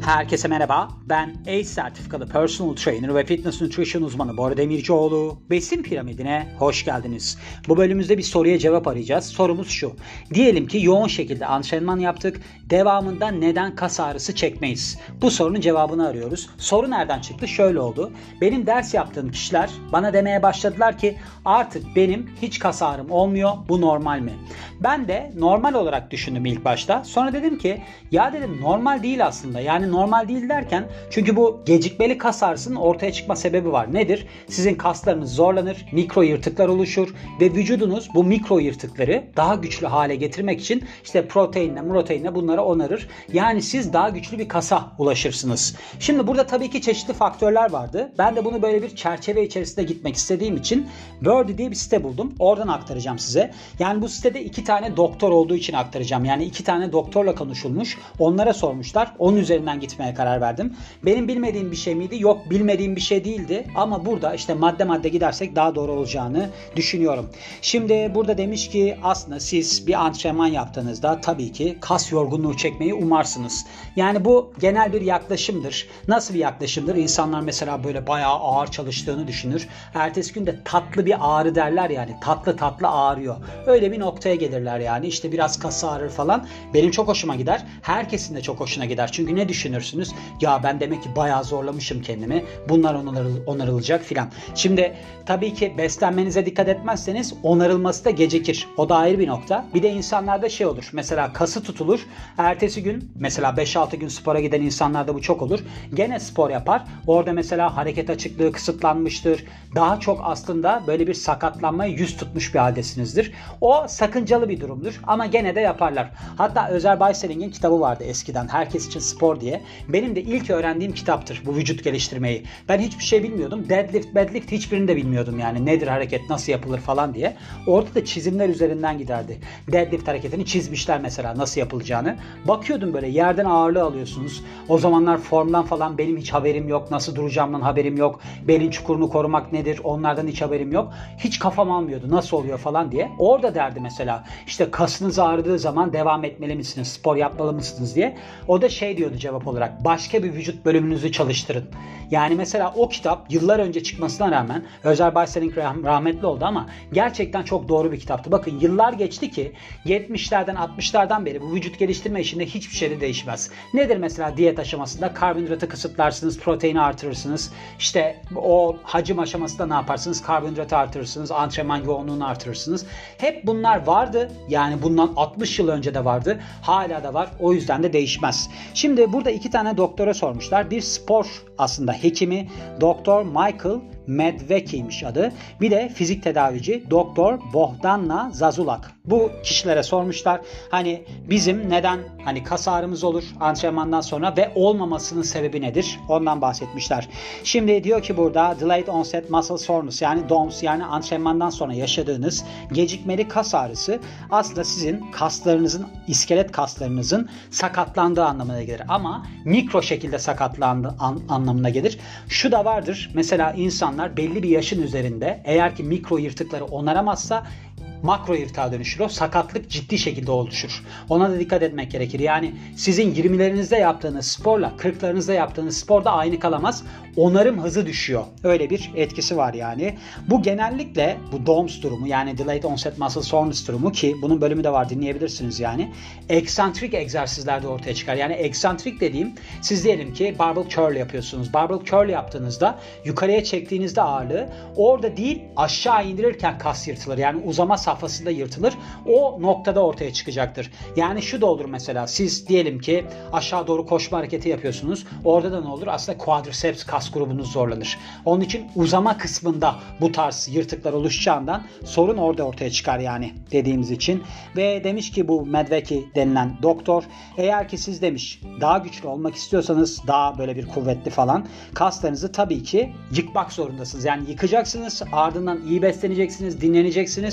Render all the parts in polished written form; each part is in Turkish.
Herkese merhaba. Ben ACE sertifikalı personal trainer ve fitness nutrition uzmanı Bora Demircioğlu. Besin piramidine hoş geldiniz. Bu bölümümüzde bir soruya cevap arayacağız. Sorumuz şu. Diyelim ki yoğun şekilde antrenman yaptık. Devamında neden kas ağrısı çekmeyiz? Bu sorunun cevabını arıyoruz. Soru nereden çıktı? Şöyle oldu. Benim ders yaptığım kişiler bana demeye başladılar ki artık benim hiç kas ağrım olmuyor. Bu normal mi? Ben de normal olarak düşündüm ilk başta. Sonra dedim ki ya dedim normal değil aslında. Yani normal değil derken çünkü bu gecikmeli kas ağrısının ortaya çıkma sebebi var. Nedir? Sizin kaslarınız zorlanır, mikro yırtıklar oluşur ve vücudunuz bu mikro yırtıkları daha güçlü hale getirmek için işte proteinle bunları onarır. Yani siz daha güçlü bir kasa ulaşırsınız. Şimdi burada tabii ki çeşitli faktörler vardı. Ben de bunu böyle bir çerçeve içerisinde gitmek istediğim için Wordy diye bir site buldum. Oradan aktaracağım size. Yani bu sitede 2 tane doktor olduğu için aktaracağım. Yani 2 tane doktorla konuşulmuş. Onlara sormuşlar. Onun üzerinden gitmeye karar verdim. Benim bilmediğim bir şey miydi? Yok, bilmediğim bir şey değildi. Ama burada işte madde madde gidersek daha doğru olacağını düşünüyorum. Şimdi burada demiş ki aslında siz bir antrenman yaptığınızda tabii ki kas yorgunluğu çekmeyi umarsınız. Yani bu genel bir yaklaşımdır. Nasıl bir yaklaşımdır? İnsanlar mesela böyle bayağı ağır çalıştığını düşünür. Ertesi gün de tatlı bir ağrı derler yani. Tatlı tatlı ağrıyor. Öyle bir noktaya gelirler yani. İşte biraz kas ağrır falan. Benim çok hoşuma gider. Herkesin de çok hoşuna gider. Çünkü ne düşünürsünüz? Ya ben demek ki bayağı zorlamışım kendimi. Bunlar onarılacak filan. Şimdi tabii ki beslenmenize dikkat etmezseniz onarılması da gecikir. O da ayrı bir nokta. Bir de insanlarda şey olur. Mesela kası tutulur. Ertesi gün mesela 5-6 gün spora giden insanlarda bu çok olur. Gene spor yapar. Orada mesela hareket açıklığı kısıtlanmıştır. Daha çok aslında böyle bir sakatlanmaya yüz tutmuş bir haldesinizdir. O sakıncalı bir durumdur. Ama gene de yaparlar. Hatta Özer Bayseling'in kitabı vardı eskiden. Herkes için spor diye. Benim de ilk öğrendiğim kitaptır bu vücut geliştirmeyi. Ben hiçbir şey bilmiyordum. Deadlift hiçbirini de bilmiyordum yani. Nedir hareket, nasıl yapılır falan diye. Orada da çizimler üzerinden giderdi. Deadlift hareketini çizmişler mesela nasıl yapılacağını. Bakıyordum böyle yerden ağırlığı alıyorsunuz. O zamanlar formdan falan benim hiç haberim yok. Nasıl duracağımdan haberim yok. Belin çukurunu korumak nedir? Onlardan hiç haberim yok. Hiç kafam almıyordu. Nasıl oluyor falan diye. Orada derdi mesela işte kasınız ağrıdığı zaman devam etmeli misiniz? Spor yapmalı mısınız diye. O da şey diyordu cevap olarak. Başka bir vücut bölümünüzü çalıştırın. Yani mesela o kitap yıllar önce çıkmasına rağmen Özer Bayseling rahmetli oldu ama gerçekten çok doğru bir kitaptı. Bakın yıllar geçti ki 70'lerden 60'lardan beri bu vücut geliştirme işinde hiçbir şey de değişmez. Nedir mesela diyet aşamasında? Karbonhidratı kısıtlarsınız, proteini artırırsınız. İşte o hacim aşamasında ne yaparsınız? Karbonhidratı artırırsınız, antrenman yoğunluğunu artırırsınız. Hep bunlar vardı. Yani bundan 60 yıl önce de vardı. Hala da var. O yüzden de değişmez. Şimdi burada 2 tane doktora sormuşlar. Bir spor aslında hekimi Doktor Michael Medvecki'ymiş adı. Bir de fizik tedavici Doktor Bohdana Zazulak. Bu kişilere sormuşlar. Hani bizim neden hani kas ağrımız olur antrenmandan sonra ve olmamasının sebebi nedir? Ondan bahsetmişler. Şimdi diyor ki burada Delayed Onset Muscle Soreness yani DOMS yani antrenmandan sonra yaşadığınız gecikmeli kas ağrısı aslında sizin kaslarınızın, iskelet kaslarınızın sakatlandığı anlamına gelir. Ama mikro şekilde sakatlandığı anlamına gelir. Şu da vardır. Mesela insanlar belli bir yaşın üzerinde eğer ki mikro yırtıkları onaramazsa makro yırtığa dönüşür. O sakatlık ciddi şekilde oluşur. Ona da dikkat etmek gerekir. Yani sizin 20'lerinizde yaptığınız sporla 40'larınızda yaptığınız sporda aynı kalamaz. Onarım hızı düşüyor. Öyle bir etkisi var yani. Bu genellikle bu DOMS durumu yani Delayed Onset Muscle Soreness durumu ki bunun bölümü de var dinleyebilirsiniz yani. Eksantrik egzersizlerde ortaya çıkar. Yani eksantrik dediğim siz diyelim ki barbell curl yapıyorsunuz. Barbell curl yaptığınızda yukarıya çektiğinizde ağırlığı orada değil aşağı indirirken kas yırtılır. Yani uzama safhasında yırtılır. O noktada ortaya çıkacaktır. Yani şu da olur mesela siz diyelim ki aşağı doğru koşma hareketi yapıyorsunuz. Orada da ne olur? Aslında quadriceps kas grubunuz zorlanır. Onun için uzama kısmında bu tarz yırtıklar oluşacağından sorun orada ortaya çıkar yani dediğimiz için. Ve demiş ki bu Medvecki denilen doktor eğer ki siz demiş daha güçlü olmak istiyorsanız daha böyle bir kuvvetli falan kaslarınızı tabii ki yıkmak zorundasınız. Yani yıkacaksınız ardından iyi besleneceksiniz, dinleneceksiniz ve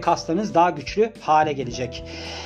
kaslarınız daha güçlü hale gelecek.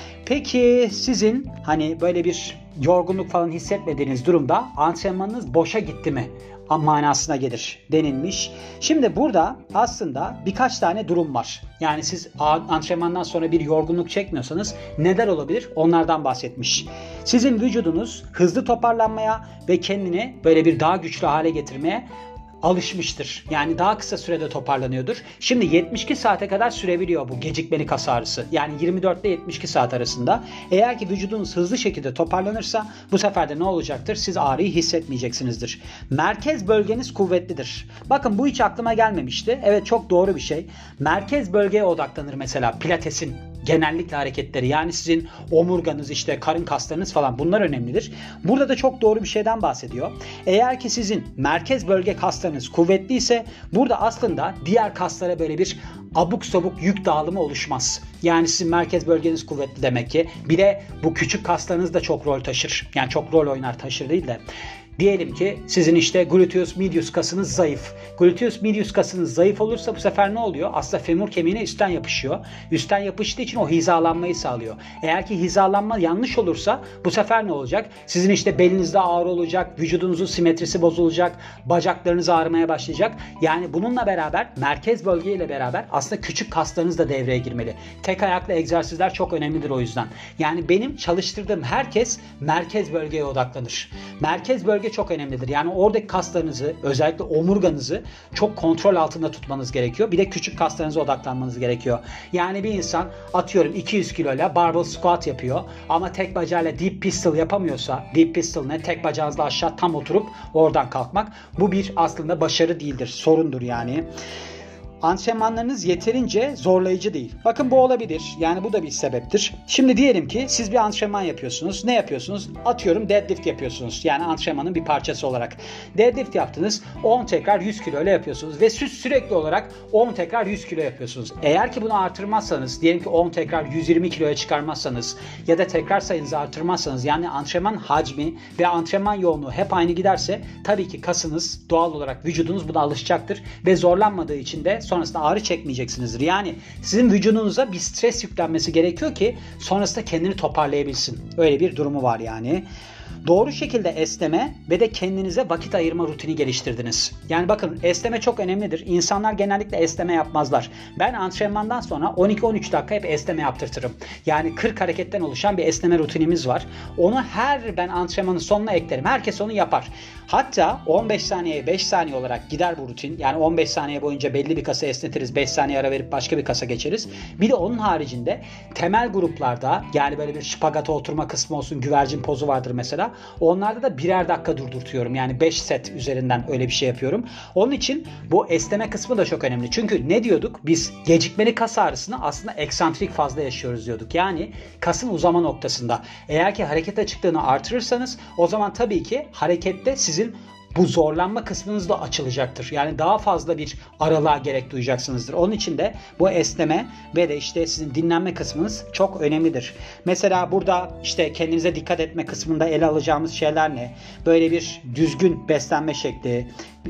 Peki sizin hani böyle bir yorgunluk falan hissetmediğiniz durumda antrenmanınız boşa gitti mi manasına gelir denilmiş. Şimdi burada aslında birkaç tane durum var. Yani siz antrenmandan sonra bir yorgunluk çekmiyorsanız neler olabilir? Onlardan bahsetmiş. Sizin vücudunuz hızlı toparlanmaya ve kendini böyle bir daha güçlü hale getirmeye alışmıştır. Yani daha kısa sürede toparlanıyordur. Şimdi 72 saate kadar sürebiliyor bu gecikmeli kas ağrısı. Yani 24 ile 72 saat arasında. Eğer ki vücudunuz hızlı şekilde toparlanırsa bu sefer de ne olacaktır? Siz ağrıyı hissetmeyeceksinizdir. Merkez bölgeniz kuvvetlidir. Bakın bu hiç aklıma gelmemişti. Evet, çok doğru bir şey. Merkez bölgeye odaklanır mesela pilatesin genellikle hareketleri. Yani sizin omurganız, işte karın kaslarınız falan, bunlar önemlidir. Burada da çok doğru bir şeyden bahsediyor. Eğer ki sizin merkez bölge kaslarınız kuvvetliyse burada aslında diğer kaslara böyle bir abuk sabuk yük dağılımı oluşmaz. Yani sizin merkez bölgeniz kuvvetli demek ki. Bir de bu küçük kaslarınız da çok rol taşır. Yani çok rol oynar, taşır değil de. Diyelim ki sizin işte gluteus medius kasınız zayıf. Gluteus medius kasınız zayıf olursa bu sefer ne oluyor? Aslında femur kemiğine üstten yapışıyor. Üstten yapıştığı için o hizalanmayı sağlıyor. Eğer ki hizalanma yanlış olursa bu sefer ne olacak? Sizin işte belinizde ağrı olacak, vücudunuzun simetrisi bozulacak, bacaklarınız ağrımaya başlayacak. Yani bununla beraber merkez bölgeyle beraber aslında küçük kaslarınız da devreye girmeli. Tek ayaklı egzersizler çok önemlidir o yüzden. Yani benim çalıştırdığım herkes merkez bölgeye odaklanır. Merkez bölge çok önemlidir. Yani oradaki kaslarınızı, özellikle omurganızı çok kontrol altında tutmanız gerekiyor. Bir de küçük kaslarınıza odaklanmanız gerekiyor. Yani bir insan atıyorum 200 kiloyla barbell squat yapıyor ama tek bacağıyla deep pistol yapamıyorsa, deep pistol ne? Tek bacağınızla aşağı tam oturup oradan kalkmak. Bu bir aslında başarı değildir. Sorundur yani. Antrenmanlarınız yeterince zorlayıcı değil. Bakın bu olabilir. Yani bu da bir sebeptir. Şimdi diyelim ki siz bir antrenman yapıyorsunuz. Ne yapıyorsunuz? Atıyorum deadlift yapıyorsunuz. Yani antrenmanın bir parçası olarak. Deadlift yaptınız. 10 tekrar 100 kilo ile yapıyorsunuz. Ve siz sürekli olarak 10 tekrar 100 kilo yapıyorsunuz. Eğer ki bunu artırmazsanız, diyelim ki 10 tekrar 120 kiloya çıkarmazsanız ya da tekrar sayınızı artırmazsanız, yani antrenman hacmi ve antrenman yoğunluğu hep aynı giderse tabii ki kasınız, doğal olarak vücudunuz buna alışacaktır ve zorlanmadığı için de sonrasında ağrı çekmeyeceksinizdir. Yani sizin vücudunuza bir stres yüklenmesi gerekiyor ki sonrasında kendini toparlayabilsin. Öyle bir durumu var yani. Doğru şekilde esneme ve de kendinize vakit ayırma rutini geliştirdiniz. Yani bakın, esneme çok önemlidir. İnsanlar genellikle esneme yapmazlar. Ben antrenmandan sonra 12-13 dakika hep esneme yaptırtırım. Yani 40 hareketten oluşan bir esneme rutinimiz var. Onu ben antrenmanın sonuna eklerim. Herkes onu yapar. Hatta 15 saniyeye 5 saniye olarak gider bu rutin. Yani 15 saniye boyunca belli bir kasa esnetiriz. 5 saniye ara verip başka bir kasa geçeriz. Bir de onun haricinde temel gruplarda, yani böyle bir şpagata oturma kısmı olsun, güvercin pozu vardır mesela. Onlarda da birer dakika durdurtuyorum. Yani 5 set üzerinden öyle bir şey yapıyorum. Onun için bu esneme kısmı da çok önemli. Çünkü ne diyorduk? Biz gecikmeli kas ağrısını aslında eksantrik fazla yaşıyoruz diyorduk. Yani kasın uzama noktasında. Eğer ki hareket açıklığını artırırsanız o zaman tabii ki harekette sizin bu zorlanma kısmınız da açılacaktır. Yani daha fazla bir aralığa gerek duyacaksınızdır. Onun için de bu esneme ve de işte sizin dinlenme kısmınız çok önemlidir. Mesela burada işte kendinize dikkat etme kısmında ele alacağımız şeyler ne? Böyle bir düzgün beslenme şekli,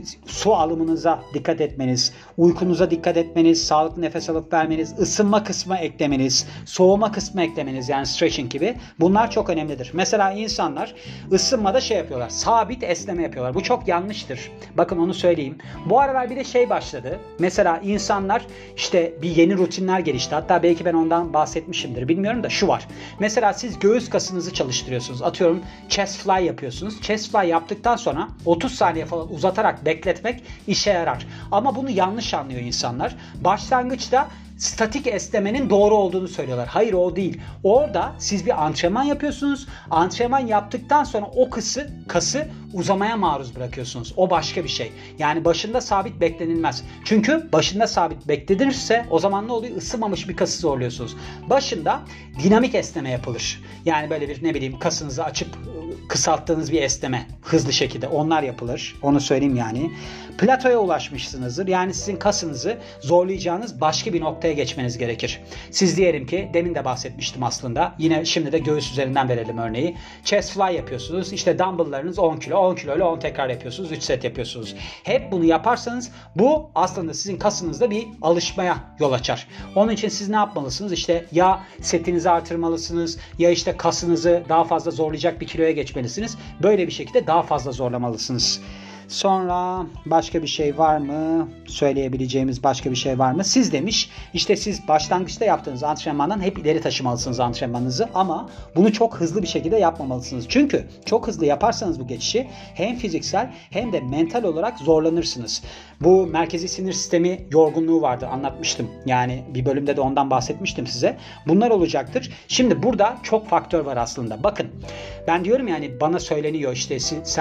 su alımınıza dikkat etmeniz, uykunuza dikkat etmeniz, sağlıklı nefes alıp vermeniz, ısınma kısmı eklemeniz, soğuma kısmı eklemeniz, yani stretching gibi. Bunlar çok önemlidir. Mesela insanlar ısınmada şey yapıyorlar, sabit esneme yapıyorlar. Bu çok yanlıştır. Bakın onu söyleyeyim. Bu aralar bir de şey başladı. Mesela insanlar işte bir yeni rutinler gelişti. Hatta belki ben ondan bahsetmişimdir. Bilmiyorum da şu var. Mesela siz göğüs kasınızı çalıştırıyorsunuz. Atıyorum chest fly yapıyorsunuz. Chest fly yaptıktan sonra 30 saniye falan uzatarak bekletmek işe yarar. Ama bunu yanlış anlıyor insanlar. Başlangıçta statik esnemenin doğru olduğunu söylüyorlar. Hayır, o değil. Orada siz bir antrenman yapıyorsunuz. Antrenman yaptıktan sonra o kası uzamaya maruz bırakıyorsunuz. O başka bir şey. Yani başında sabit beklenilmez. Çünkü başında sabit beklenirse o zaman ne oluyor? Isınmamış bir kası zorluyorsunuz. Başında dinamik esneme yapılır. Yani böyle bir kasınızı açıp kısalttığınız bir esneme hızlı şekilde, onlar yapılır. Onu söyleyeyim yani. Platoya ulaşmışsınızdır. Yani sizin kasınızı zorlayacağınız başka bir noktaya geçmeniz gerekir. Siz diyelim ki demin de bahsetmiştim aslında. Yine şimdi de göğüs üzerinden verelim örneği. Chest fly yapıyorsunuz. İşte dumbbell'larınız 10 kilo. 10 kilo ile 10 tekrar yapıyorsunuz. 3 set yapıyorsunuz. Hep bunu yaparsanız bu aslında sizin kasınızda bir alışmaya yol açar. Onun için siz ne yapmalısınız? İşte ya setinizi artırmalısınız ya işte kasınızı daha fazla zorlayacak bir kiloya geçmelisiniz. Böyle bir şekilde daha fazla zorlamalısınız. Sonra başka bir şey var mı? Söyleyebileceğimiz başka bir şey var mı? Siz demiş, işte siz başlangıçta yaptığınız antrenmandan hep ileri taşımalısınız antrenmanınızı ama bunu çok hızlı bir şekilde yapmamalısınız. Çünkü çok hızlı yaparsanız bu geçişi hem fiziksel hem de mental olarak zorlanırsınız. Bu merkezi sinir sistemi yorgunluğu vardı, anlatmıştım. Yani bir bölümde de ondan bahsetmiştim size. Bunlar olacaktır. Şimdi burada çok faktör var aslında. Bakın ben diyorum yani bana söyleniyor işte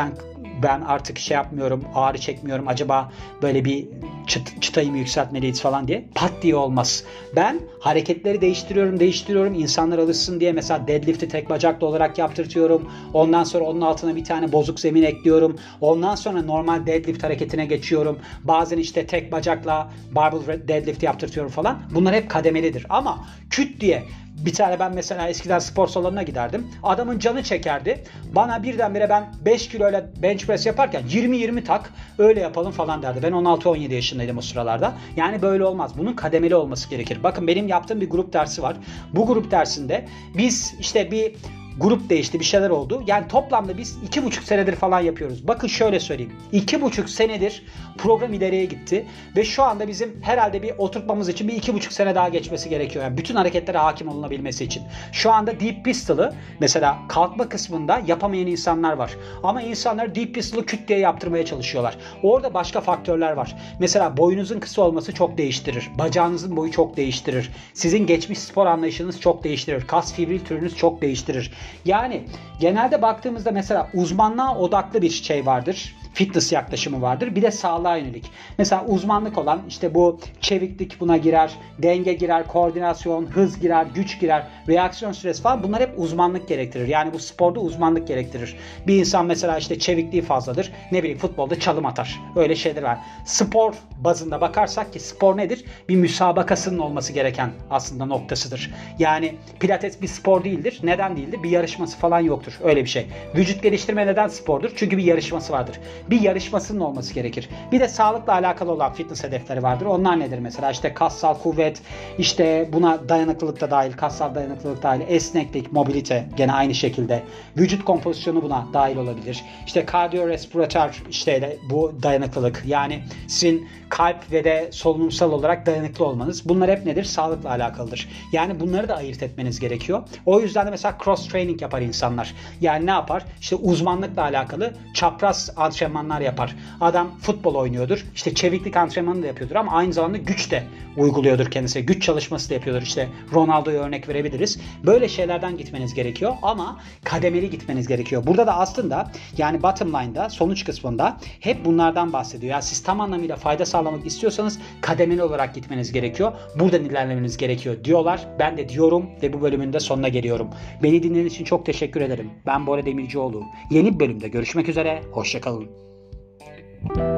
ben artık şey yapmıyorum, ağrı çekmiyorum. Acaba böyle bir çıtayı mı yükseltmeliyiz falan diye. Pat diye olmaz. Ben hareketleri değiştiriyorum. İnsanlar alışsın diye mesela deadlift'i tek bacaklı olarak yaptırtıyorum. Ondan sonra onun altına bir tane bozuk zemin ekliyorum. Ondan sonra normal deadlift hareketine geçiyorum. Bazen işte tek bacakla barbell deadlift yaptırtıyorum falan. Bunlar hep kademelidir. Ama küt diye bir tane ben mesela eskiden spor salonuna giderdim. Adamın canı çekerdi. Bana birdenbire ben 5 kiloyla bench press yaparken 20-20 tak öyle yapalım falan derdi. Ben 16-17 yaşındaydım o sıralarda. Yani böyle olmaz. Bunun kademeli olması gerekir. Bakın benim yaptığım bir grup dersi var. Bu grup dersinde biz işte bir grup değişti, bir şeyler oldu. Yani toplamda biz 2,5 senedir falan yapıyoruz. Bakın şöyle söyleyeyim. 2,5 senedir program ileriye gitti. Ve şu anda bizim herhalde bir oturtmamız için bir 2,5 sene daha geçmesi gerekiyor. Yani bütün hareketlere hakim olunabilmesi için. Şu anda deep pistol'ı mesela kalkma kısmında yapamayan insanlar var. Ama insanlar deep pistol'ı küt diye yaptırmaya çalışıyorlar. Orada başka faktörler var. Mesela boyunuzun kısa olması çok değiştirir. Bacağınızın boyu çok değiştirir. Sizin geçmiş spor anlayışınız çok değiştirir. Kas fibril türünüz çok değiştirir. Yani genelde baktığımızda mesela uzmanlığa odaklı bir şey vardır. Fitness yaklaşımı vardır. Bir de sağlığa yönelik. Mesela uzmanlık olan işte bu çeviklik buna girer, denge girer, koordinasyon, hız girer, güç girer, reaksiyon süresi falan bunlar hep uzmanlık gerektirir. Yani bu sporda uzmanlık gerektirir. Bir insan mesela işte çevikliği fazladır. Ne bileyim futbolda çalım atar. Öyle şeyler var. Spor bazında bakarsak ki spor nedir? Bir müsabakasının olması gereken aslında noktasıdır. Yani pilates bir spor değildir. Neden değildir? Bir yarışması falan yoktur. Öyle bir şey. Vücut geliştirme neden spordur? Çünkü bir yarışması vardır. Bir yarışmasının olması gerekir. Bir de sağlıkla alakalı olan fitness hedefleri vardır. Onlar nedir mesela? İşte kassal kuvvet, işte buna dayanıklılık da dahil, kassal dayanıklılık dahil, esneklik, mobilite gene aynı şekilde. Vücut kompozisyonu buna dahil olabilir. İşte kardiyorespiratuar işte de bu dayanıklılık. Yani sizin kalp ve de solunumsal olarak dayanıklı olmanız. Bunlar hep nedir? Sağlıkla alakalıdır. Yani bunları da ayırt etmeniz gerekiyor. O yüzden de mesela cross training yapar insanlar. Yani ne yapar? İşte uzmanlıkla alakalı çapraz antrenmanlar yapar. Adam futbol oynuyordur. İşte çeviklik antrenmanı da yapıyordur ama aynı zamanda güç de uyguluyordur kendisine. Güç çalışması da yapıyordur. İşte Ronaldo'ya örnek verebiliriz. Böyle şeylerden gitmeniz gerekiyor ama kademeli gitmeniz gerekiyor. Burada da aslında yani bottom line'da, sonuç kısmında hep bunlardan bahsediyor. Yani siz tam anlamıyla fayda sağlamak istiyorsanız kademeli olarak gitmeniz gerekiyor. Buradan ilerlemeniz gerekiyor diyorlar. Ben de diyorum ve bu bölümün de sonuna geliyorum. Beni dinlediğiniz için çok teşekkür ederim. Ben Bora Demircioğlu. Yeni bir bölümde görüşmek üzere. Hoşça kalın.